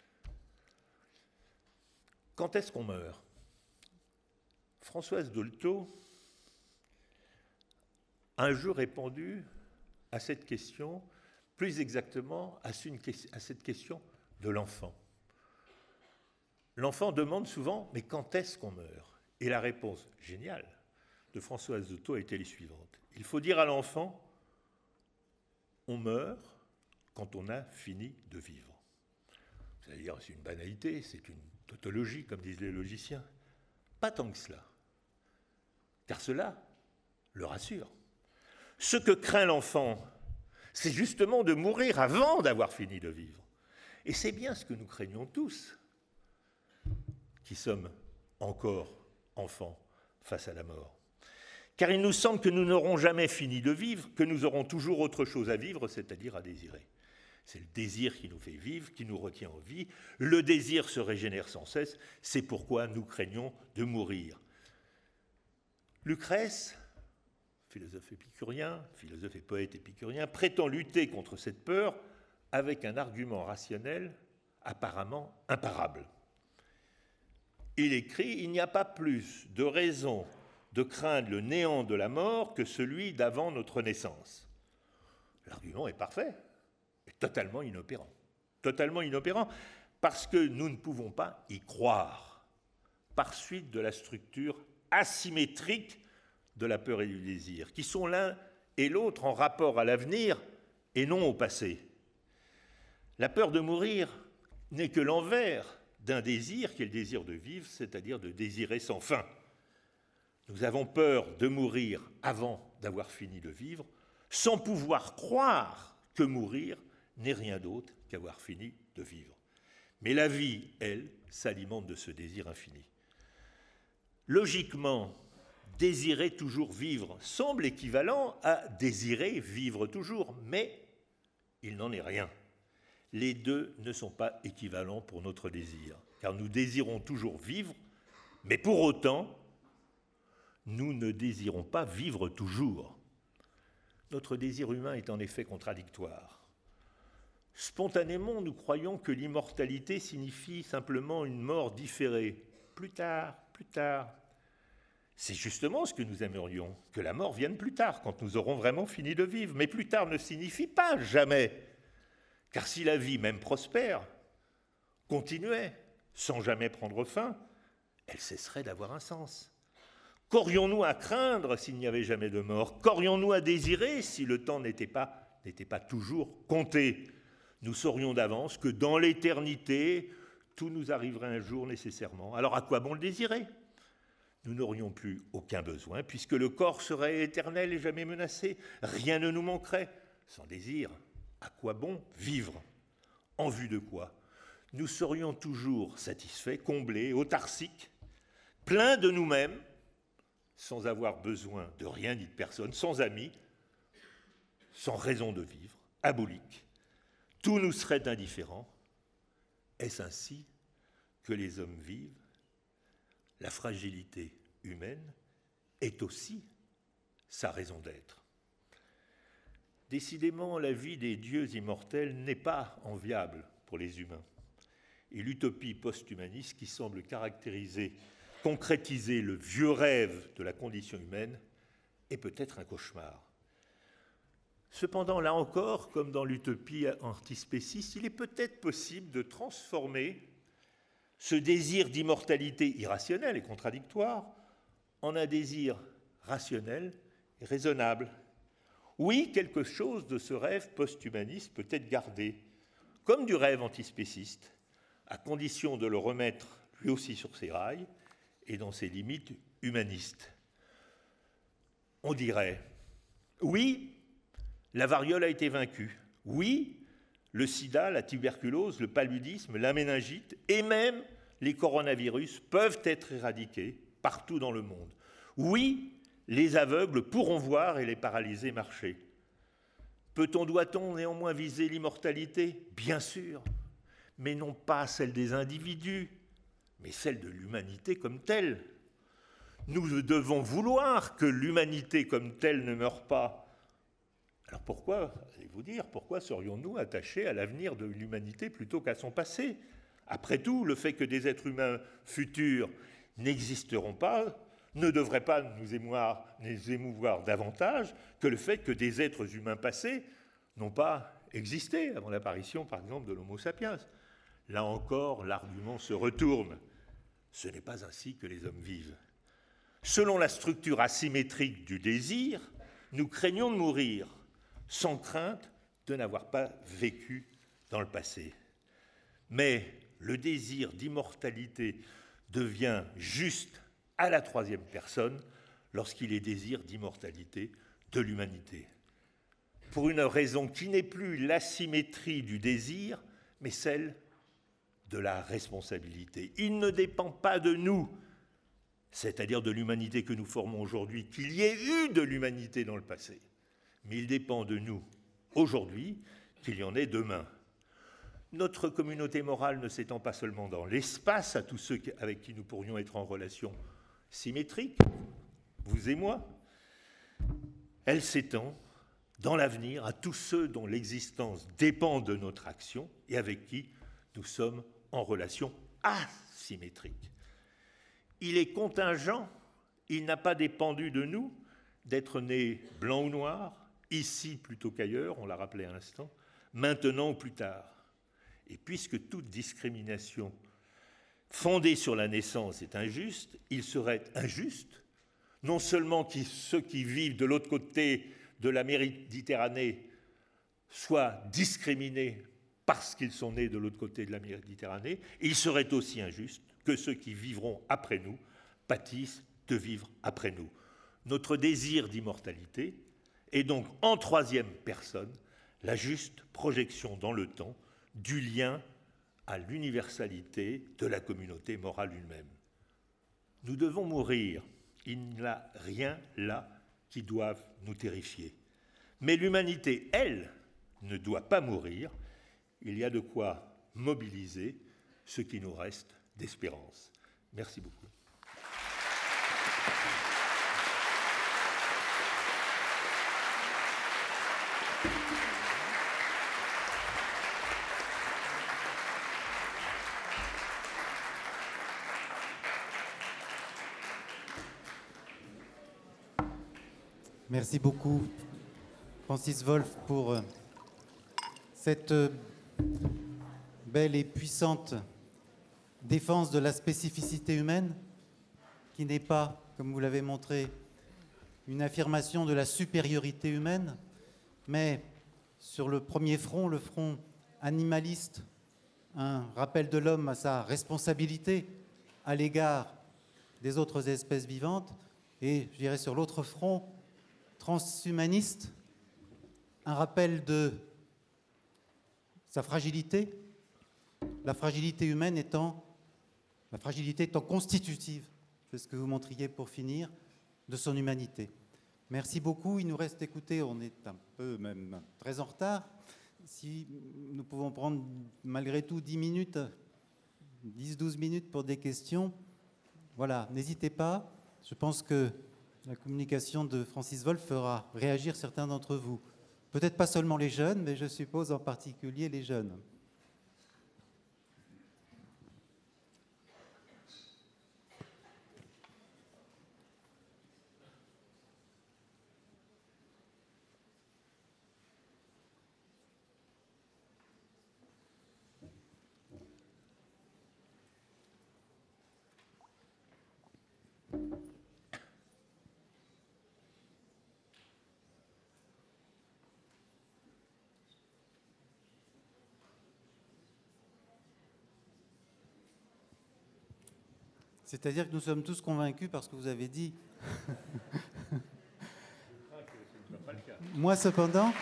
Quand est-ce qu'on meurt ? Françoise Dolto a un jour répondu à cette question, plus exactement à cette question de l'enfant. L'enfant demande souvent « mais quand est-ce qu'on meurt ?» Et la réponse géniale de Françoise Dolto a été les suivantes. Il faut dire à l'enfant « on meurt quand on a fini de vivre ». Vous allez dire c'est une banalité, c'est une tautologie, comme disent les logiciens. Pas tant que cela, car cela le rassure. Ce que craint l'enfant, c'est justement de mourir avant d'avoir fini de vivre. Et c'est bien ce que nous craignons tous, qui sommes encore enfants face à la mort. Car il nous semble que nous n'aurons jamais fini de vivre, que nous aurons toujours autre chose à vivre, c'est-à-dire à désirer. C'est le désir qui nous fait vivre, qui nous retient en vie. Le désir se régénère sans cesse, c'est pourquoi nous craignons de mourir. Lucrèce philosophe épicurien, philosophe et poète épicurien, prétend lutter contre cette peur avec un argument rationnel apparemment imparable. Il écrit « Il n'y a pas plus de raison de craindre le néant de la mort que celui d'avant notre naissance. » L'argument est parfait, est totalement inopérant. Totalement inopérant, parce que nous ne pouvons pas y croire, par suite de la structure asymétrique de la peur et du désir, qui sont l'un et l'autre en rapport à l'avenir et non au passé. La peur de mourir n'est que l'envers d'un désir qui est le désir de vivre, c'est-à-dire de désirer sans fin. Nous avons peur de mourir avant d'avoir fini de vivre, sans pouvoir croire que mourir n'est rien d'autre qu'avoir fini de vivre. Mais la vie, elle, s'alimente de ce désir infini. Logiquement, désirer toujours vivre semble équivalent à désirer vivre toujours, mais il n'en est rien. Les deux ne sont pas équivalents pour notre désir, car nous désirons toujours vivre, mais pour autant, nous ne désirons pas vivre toujours. Notre désir humain est en effet contradictoire. Spontanément, nous croyons que l'immortalité signifie simplement une mort différée. Plus tard, plus tard. C'est justement ce que nous aimerions, que la mort vienne plus tard, quand nous aurons vraiment fini de vivre. Mais plus tard ne signifie pas jamais. Car si la vie, même prospère, continuait sans jamais prendre fin, elle cesserait d'avoir un sens. Qu'aurions-nous à craindre s'il n'y avait jamais de mort? Qu'aurions-nous à désirer si le temps n'était pas, n'était pas toujours compté? Nous saurions d'avance que dans l'éternité, tout nous arriverait un jour nécessairement. Alors à quoi bon le désirer? Nous n'aurions plus aucun besoin, puisque le corps serait éternel et jamais menacé. Rien ne nous manquerait. Sans désir, à quoi bon vivre? En vue de quoi? Nous serions toujours satisfaits, comblés, autarciques, pleins de nous-mêmes, sans avoir besoin de rien ni de personne, sans amis, sans raison de vivre, aboliques. Tout nous serait indifférent. Est-ce ainsi que les hommes vivent? La fragilité humaine est aussi sa raison d'être. Décidément, la vie des dieux immortels n'est pas enviable pour les humains. Et l'utopie post-humaniste qui semble caractériser, concrétiser le vieux rêve de la condition humaine est peut-être un cauchemar. Cependant, là encore, comme dans l'utopie antispéciste, il est peut-être possible de transformer ce désir d'immortalité irrationnel et contradictoire en un désir rationnel et raisonnable. Oui, quelque chose de ce rêve post-humaniste peut être gardé, comme du rêve antispéciste, à condition de le remettre lui aussi sur ses rails et dans ses limites humanistes. On dirait, oui, la variole a été vaincue, oui, le sida, la tuberculose, le paludisme, la méningite et même les coronavirus peuvent être éradiqués partout dans le monde. Oui, les aveugles pourront voir et les paralysés marcher. Peut-on, doit-on néanmoins viser l'immortalité? Bien sûr, mais non pas celle des individus, mais celle de l'humanité comme telle. Nous devons vouloir que l'humanité comme telle ne meure pas. Alors pourquoi, allez-vous dire, pourquoi serions-nous attachés à l'avenir de l'humanité plutôt qu'à son passé? Après tout, le fait que des êtres humains futurs n'existeront pas ne devrait pas nous émouvoir, nous émouvoir davantage que le fait que des êtres humains passés n'ont pas existé avant l'apparition, par exemple, de l'Homo sapiens. Là encore, l'argument se retourne. Ce n'est pas ainsi que les hommes vivent. Selon la structure asymétrique du désir, nous craignons de mourir, sans crainte de n'avoir pas vécu dans le passé. Mais le désir d'immortalité devient juste à la troisième personne lorsqu'il est désir d'immortalité de l'humanité. Pour une raison qui n'est plus l'asymétrie du désir, mais celle de la responsabilité. Il ne dépend pas de nous, c'est-à-dire de l'humanité que nous formons aujourd'hui, qu'il y ait eu de l'humanité dans le passé. Mais il dépend de nous aujourd'hui qu'il y en ait demain. Notre communauté morale ne s'étend pas seulement dans l'espace à tous ceux avec qui nous pourrions être en relation symétrique, vous et moi, elle s'étend dans l'avenir à tous ceux dont l'existence dépend de notre action et avec qui nous sommes en relation asymétrique. Il est contingent, il n'a pas dépendu de nous d'être né blanc ou noir, ici plutôt qu'ailleurs, on l'a rappelé à l'instant, maintenant ou plus tard. Et puisque toute discrimination fondée sur la naissance est injuste, il serait injuste, non seulement que ceux qui vivent de l'autre côté de la Méditerranée soient discriminés parce qu'ils sont nés de l'autre côté de la Méditerranée, il serait aussi injuste que ceux qui vivront après nous pâtissent de vivre après nous. Notre désir d'immortalité est donc en troisième personne la juste projection dans le temps du lien à l'universalité de la communauté morale elle-même. Nous devons mourir, il n'y a rien là qui doive nous terrifier. Mais l'humanité, elle, ne doit pas mourir, il y a de quoi mobiliser ce qui nous reste d'espérance. Merci beaucoup. Merci beaucoup, Francis Wolf, pour cette belle et puissante défense de la spécificité humaine, qui n'est pas, comme vous l'avez montré, une affirmation de la supériorité humaine, mais sur le premier front, le front animaliste, un rappel de l'homme à sa responsabilité à l'égard des autres espèces vivantes, et je dirais sur l'autre front, transhumaniste, un rappel de sa fragilité, la fragilité humaine étant, la fragilité étant constitutive, c'est ce que vous montriez pour finir, de son humanité. Merci beaucoup, il nous reste écouter, on est un peu même très en retard, si nous pouvons prendre malgré tout dix minutes, dix douze minutes pour des questions, voilà, n'hésitez pas, je pense que la communication de Francis Wolf fera réagir certains d'entre vous. Peut-être pas seulement les jeunes, mais je suppose en particulier les jeunes. C'est-à-dire que nous sommes tous convaincus par ce que vous avez dit. Moi, cependant...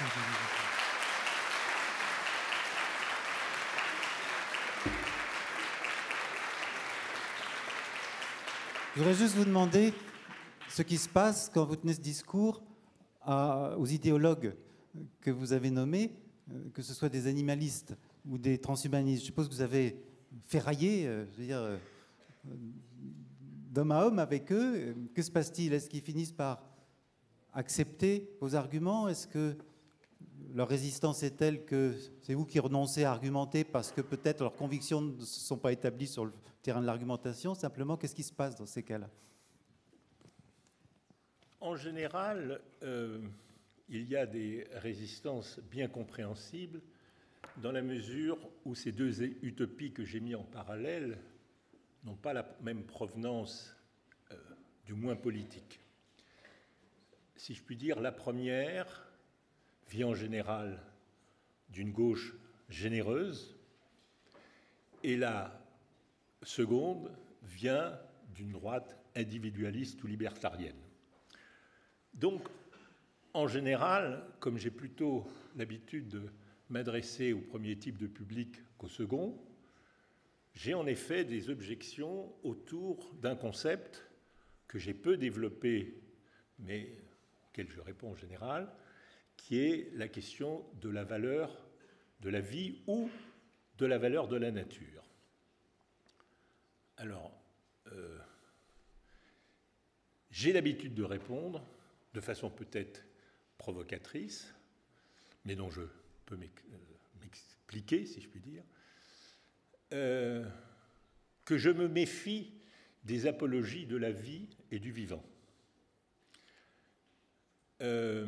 Je voudrais juste vous demander ce qui se passe quand vous tenez ce discours à, aux idéologues que vous avez nommés, que ce soit des animalistes ou des transhumanistes. Je suppose que vous avez ferraillé, je veux dire... d'homme à homme avec eux. Que se passe-t-il? Est-ce qu'ils finissent par accepter vos arguments? Est-ce que leur résistance est telle que c'est vous qui renoncez à argumenter parce que peut-être leurs convictions ne se sont pas établies sur le terrain de l'argumentation? Simplement, qu'est-ce qui se passe dans ces cas-là? En général, euh, il y a des résistances bien compréhensibles dans la mesure où ces deux utopies que j'ai mis en parallèle n'ont pas la même provenance, euh, du moins politique. Si je puis dire, la première vient en général d'une gauche généreuse et la seconde vient d'une droite individualiste ou libertarienne. Donc, en général, comme j'ai plutôt l'habitude de m'adresser au premier type de public qu'au second, j'ai en effet des objections autour d'un concept que j'ai peu développé, mais auquel je réponds en général, qui est la question de la valeur de la vie ou de la valeur de la nature. Alors, euh, j'ai l'habitude de répondre de façon peut-être provocatrice, mais dont je peux m'expliquer, si je puis dire, euh, que je me méfie des apologies de la vie et du vivant. Euh,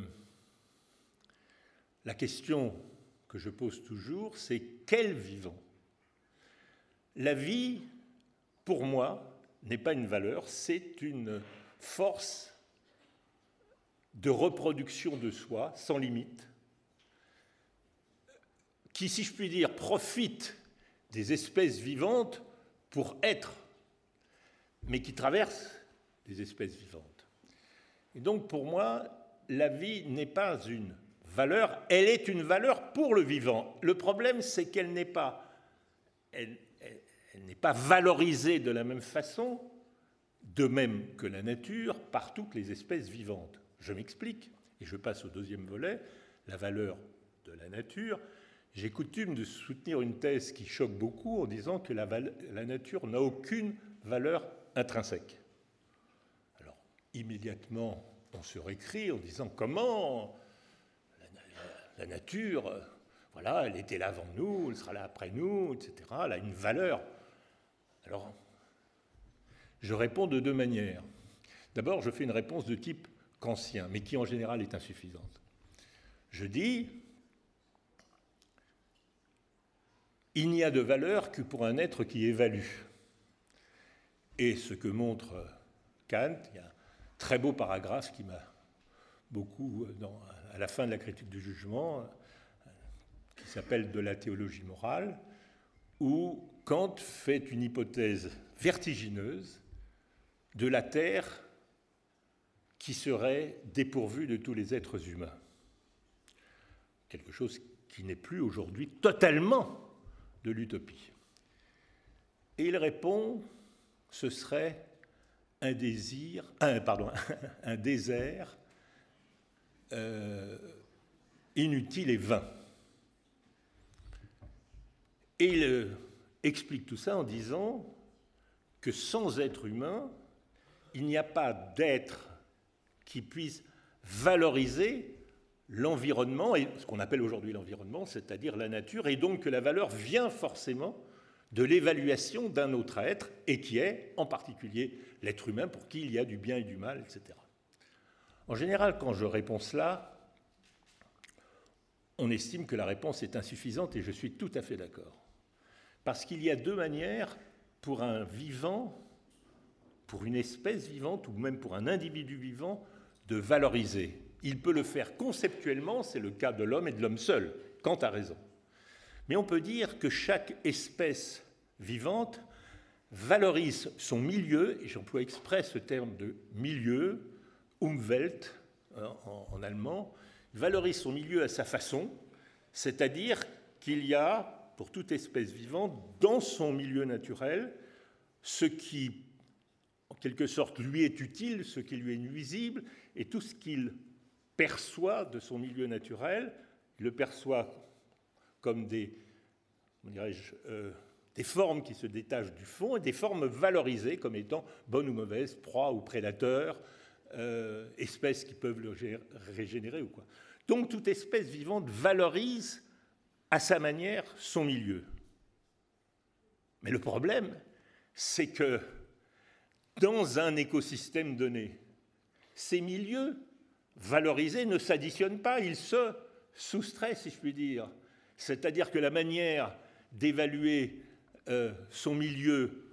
la question que je pose toujours, c'est quel vivant ? La vie, pour moi, n'est pas une valeur, c'est une force de reproduction de soi, sans limite, qui, si je puis dire, profite des espèces vivantes pour être, mais qui traverse des espèces vivantes. Et donc, pour moi, la vie n'est pas une valeur, elle est une valeur pour le vivant. Le problème, c'est qu'elle n'est pas, elle, elle, elle n'est pas valorisée de la même façon, de même que la nature, par toutes les espèces vivantes. Je m'explique, et je passe au deuxième volet, la valeur de la nature. J'ai coutume de soutenir une thèse qui choque beaucoup en disant que la, val- la nature n'a aucune valeur intrinsèque. Alors, immédiatement, on se récrie en disant comment la, la, la nature, euh, voilà, elle était là avant nous, elle sera là après nous, et cetera. Elle a une valeur. Alors, je réponds de deux manières. D'abord, je fais une réponse de type kantien, mais qui en général est insuffisante. Je dis, il n'y a de valeur que pour un être qui évalue. Et ce que montre Kant, il y a un très beau paragraphe qui m'a beaucoup, dans, à la fin de la critique du jugement, qui s'appelle « De la théologie morale », où Kant fait une hypothèse vertigineuse de la Terre qui serait dépourvue de tous les êtres humains. Quelque chose qui n'est plus aujourd'hui totalement de l'utopie. Et il répond, ce serait un désir, un, pardon, un désert euh, inutile et vain. Et il euh, explique tout ça en disant que sans être humain, il n'y a pas d'être qui puisse valoriser l'environnement, et ce qu'on appelle aujourd'hui l'environnement, c'est-à-dire la nature, et donc que la valeur vient forcément de l'évaluation d'un autre être, et qui est en particulier l'être humain, pour qui il y a du bien et du mal, et cetera. En général, quand je réponds cela, on estime que la réponse est insuffisante, et je suis tout à fait d'accord. Parce qu'il y a deux manières pour un vivant, pour une espèce vivante, ou même pour un individu vivant, de valoriser. Il peut le faire conceptuellement, c'est le cas de l'homme et de l'homme seul, Kant a raison. Mais on peut dire que chaque espèce vivante valorise son milieu, et j'emploie exprès ce terme de milieu, Umwelt en, en allemand, valorise son milieu à sa façon, c'est-à-dire qu'il y a, pour toute espèce vivante, dans son milieu naturel, ce qui, en quelque sorte, lui est utile, ce qui lui est nuisible, et tout ce qu'il perçoit de son milieu naturel, il le perçoit comme des, comment dirais-je, euh, des formes qui se détachent du fond, et des formes valorisées comme étant bonnes ou mauvaises, proies ou prédateurs, euh, espèces qui peuvent le régénérer ou quoi. Donc toute espèce vivante valorise à sa manière son milieu. Mais le problème, c'est que dans un écosystème donné, ces milieux valorisés ne s'additionnent pas, ils se soustraient, si je puis dire. C'est-à-dire que la manière d'évaluer euh, son milieu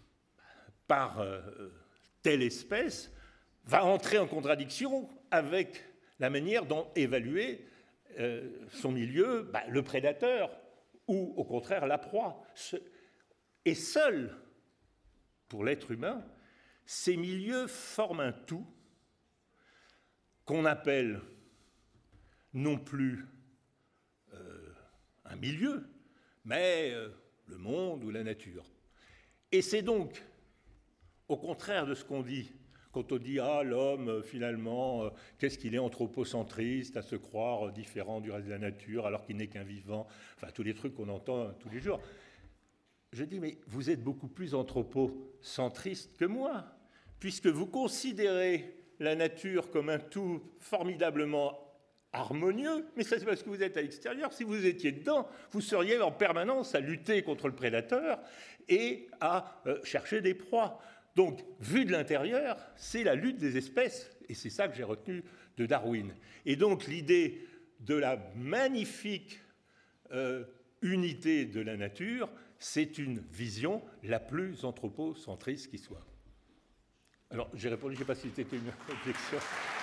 par euh, telle espèce va entrer en contradiction avec la manière dont évaluer euh, son milieu, bah, le prédateur, ou au contraire la proie. Et seul, pour l'être humain, ces milieux forment un tout qu'on appelle non plus euh, un milieu, mais euh, le monde ou la nature. Et c'est donc, au contraire de ce qu'on dit, quand on dit « Ah, l'homme, finalement, euh, qu'est-ce qu'il est anthropocentriste, à se croire euh, différent du reste de la nature, alors qu'il n'est qu'un vivant », enfin, tous les trucs qu'on entend euh, tous les jours. Je dis « Mais vous êtes beaucoup plus anthropocentriste que moi, puisque vous considérez la nature comme un tout formidablement harmonieux, mais ça c'est parce que vous êtes à l'extérieur. Si vous étiez dedans, vous seriez en permanence à lutter contre le prédateur et à euh, chercher des proies. Donc, vu de l'intérieur, c'est la lutte des espèces, et c'est ça que j'ai retenu de Darwin. Et donc, l'idée de la magnifique euh, unité de la nature, c'est une vision la plus anthropocentriste qui soit. Alors, j'ai répondu, je ne sais pas si c'était une objection.